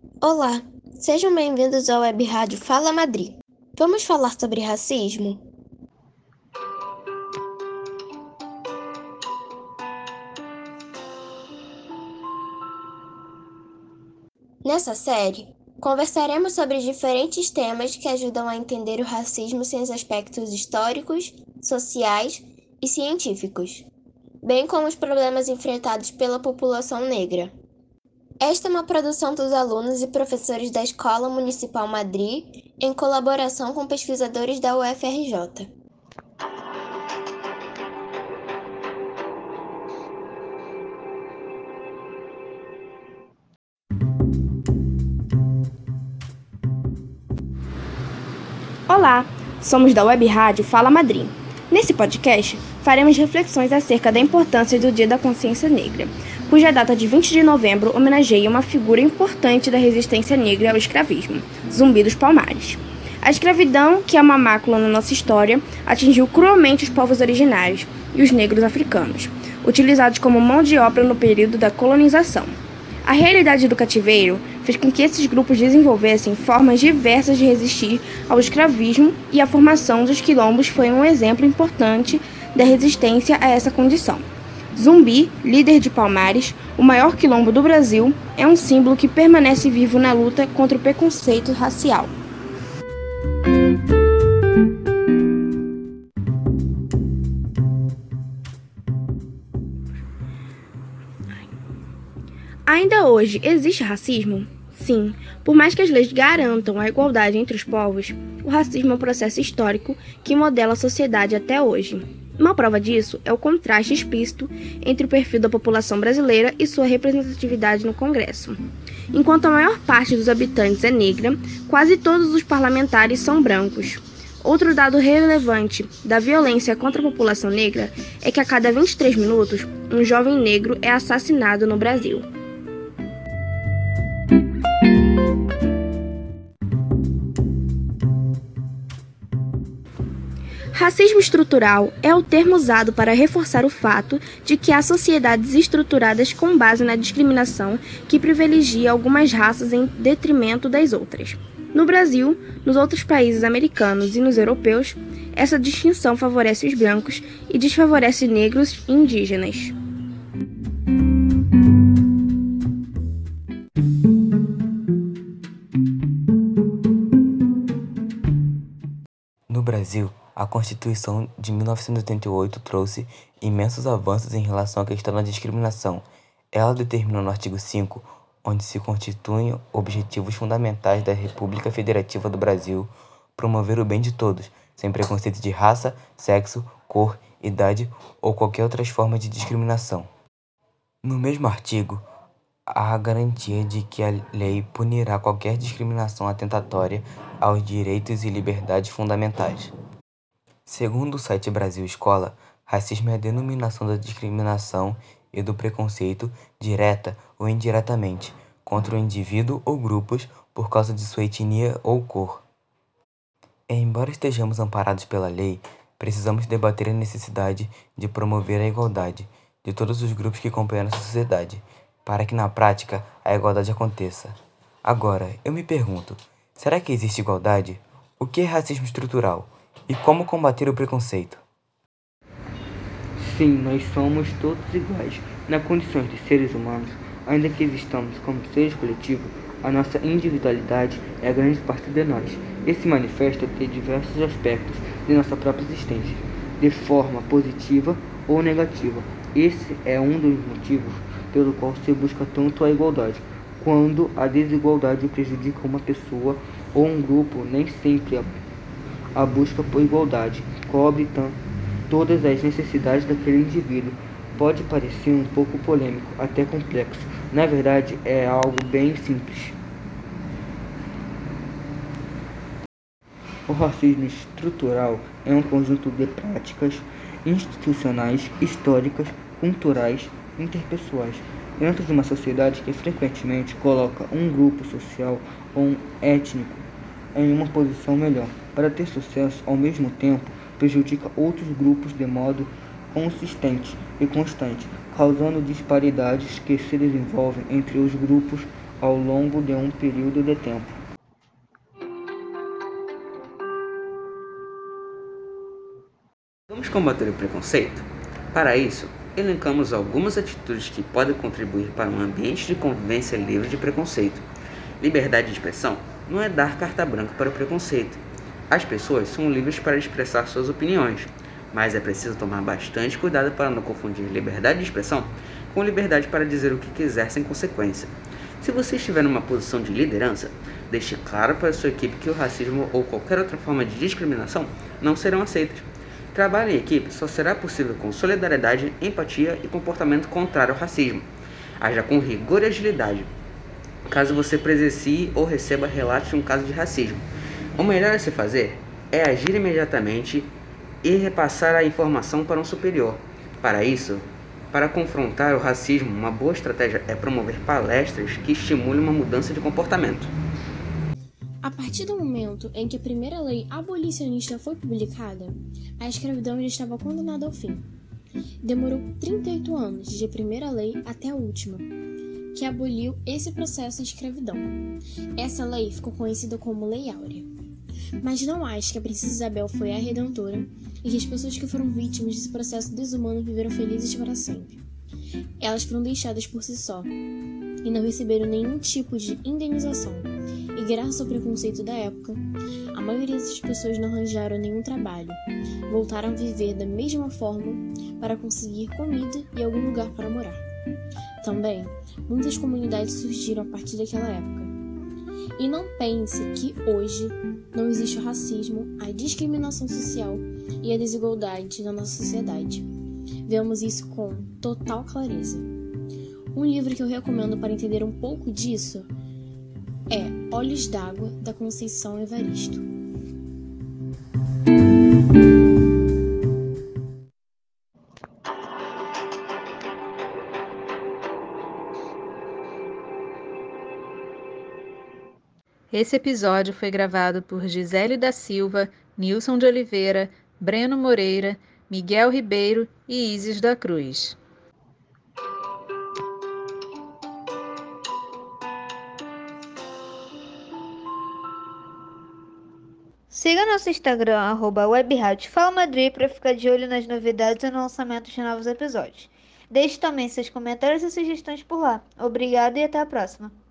Olá, sejam bem-vindos ao Web Rádio Fala Madrid. Vamos falar sobre racismo? Nessa série, conversaremos sobre diferentes temas que ajudam a entender o racismo em seus aspectos históricos, sociais e científicos, bem como os problemas enfrentados pela população negra. Esta é uma produção dos alunos e professores da Escola Municipal Madrid, em colaboração com pesquisadores da UFRJ. Olá, somos da Web Rádio Fala Madrid. Nesse podcast, faremos reflexões acerca da importância do Dia da Consciência Negra, cuja data de 20 de novembro homenageia uma figura importante da resistência negra ao escravismo, Zumbi dos Palmares. A escravidão, que é uma mácula na nossa história, atingiu cruelmente os povos originários e os negros africanos, utilizados como mão de obra no período da colonização. A realidade do cativeiro fez com que esses grupos desenvolvessem formas diversas de resistir ao escravismo, e a formação dos quilombos foi um exemplo importante da resistência a essa condição. Zumbi, líder de Palmares, o maior quilombo do Brasil, é um símbolo que permanece vivo na luta contra o preconceito racial. Ainda hoje existe racismo? Sim, por mais que as leis garantam a igualdade entre os povos, o racismo é um processo histórico que modela a sociedade até hoje. Uma prova disso é o contraste explícito entre o perfil da população brasileira e sua representatividade no Congresso. Enquanto a maior parte dos habitantes é negra, quase todos os parlamentares são brancos. Outro dado relevante da violência contra a população negra é que a cada 23 minutos, um jovem negro é assassinado no Brasil. Racismo estrutural é o termo usado para reforçar o fato de que há sociedades estruturadas com base na discriminação que privilegia algumas raças em detrimento das outras. No Brasil, nos outros países americanos e nos europeus, essa distinção favorece os brancos e desfavorece negros e indígenas. No Brasil, a Constituição de 1988 trouxe imensos avanços em relação à questão da discriminação. Ela determina no artigo 5, onde se constituem objetivos fundamentais da República Federativa do Brasil, promover o bem de todos, sem preconceito de raça, sexo, cor, idade ou qualquer outra forma de discriminação. No mesmo artigo, há a garantia de que a lei punirá qualquer discriminação atentatória aos direitos e liberdades fundamentais. Segundo o site Brasil Escola, racismo é a denominação da discriminação e do preconceito, direta ou indiretamente, contra o indivíduo ou grupos por causa de sua etnia ou cor. Embora estejamos amparados pela lei, precisamos debater a necessidade de promover a igualdade de todos os grupos que compõem a nossa sociedade, para que na prática a igualdade aconteça. Agora, eu me pergunto, será que existe igualdade? O que é racismo estrutural? E como combater o preconceito? Sim, nós somos todos iguais. Na condição de seres humanos, ainda que existamos como seres coletivos, a nossa individualidade é a grande parte de nós. Esse manifesta de diversos aspectos de nossa própria existência, de forma positiva ou negativa. Esse é um dos motivos pelo qual se busca tanto a igualdade. Quando a desigualdade prejudica uma pessoa ou um grupo, nem sempre a busca por igualdade cobre todas as necessidades daquele indivíduo. Pode parecer um pouco polêmico, até complexo. Na verdade, é algo bem simples. O racismo estrutural é um conjunto de práticas institucionais, históricas, culturais, interpessoais, dentro de uma sociedade que frequentemente coloca um grupo social ou um étnico em uma posição melhor para ter sucesso, ao mesmo tempo prejudica outros grupos de modo consistente e constante, causando disparidades que se desenvolvem entre os grupos ao longo de um período de tempo. Vamos combater o preconceito? Para isso, elencamos algumas atitudes que podem contribuir para um ambiente de convivência livre de preconceito. Liberdade de expressão não é dar carta branca para o preconceito. As pessoas são livres para expressar suas opiniões, mas é preciso tomar bastante cuidado para não confundir liberdade de expressão com liberdade para dizer o que quiser sem consequência. Se você estiver numa posição de liderança, deixe claro para sua equipe que o racismo ou qualquer outra forma de discriminação não serão aceitas. Trabalho em equipe só será possível com solidariedade, empatia e comportamento contrário ao racismo. Haja com rigor e agilidade, caso você presencie ou receba relatos de um caso de racismo. O melhor a se fazer é agir imediatamente e repassar a informação para um superior. Para isso, para confrontar o racismo, uma boa estratégia é promover palestras que estimulem uma mudança de comportamento. A partir do momento em que a primeira lei abolicionista foi publicada, a escravidão já estava condenada ao fim. Demorou 38 anos, desde a primeira lei até a última, que aboliu esse processo de escravidão. Essa lei ficou conhecida como Lei Áurea. Mas não acho que a princesa Isabel foi a redentora e que as pessoas que foram vítimas desse processo desumano viveram felizes para sempre. Elas foram deixadas por si só e não receberam nenhum tipo de indenização. E graças ao preconceito da época, a maioria dessas pessoas não arranjaram nenhum trabalho, voltaram a viver da mesma forma para conseguir comida e algum lugar para morar. Também, muitas comunidades surgiram a partir daquela época. E não pense que hoje não existe o racismo, a discriminação social e a desigualdade na nossa sociedade. Vemos isso com total clareza. Um livro que eu recomendo para entender um pouco disso é Olhos d'Água, da Conceição Evaristo. Esse episódio foi gravado por Gisele da Silva, Nilson de Oliveira, Breno Moreira, Miguel Ribeiro e Isis da Cruz. Siga nosso Instagram, @webradiofalamadrid, para ficar de olho nas novidades e no lançamento de novos episódios. Deixe também seus comentários e sugestões por lá. Obrigado e até a próxima.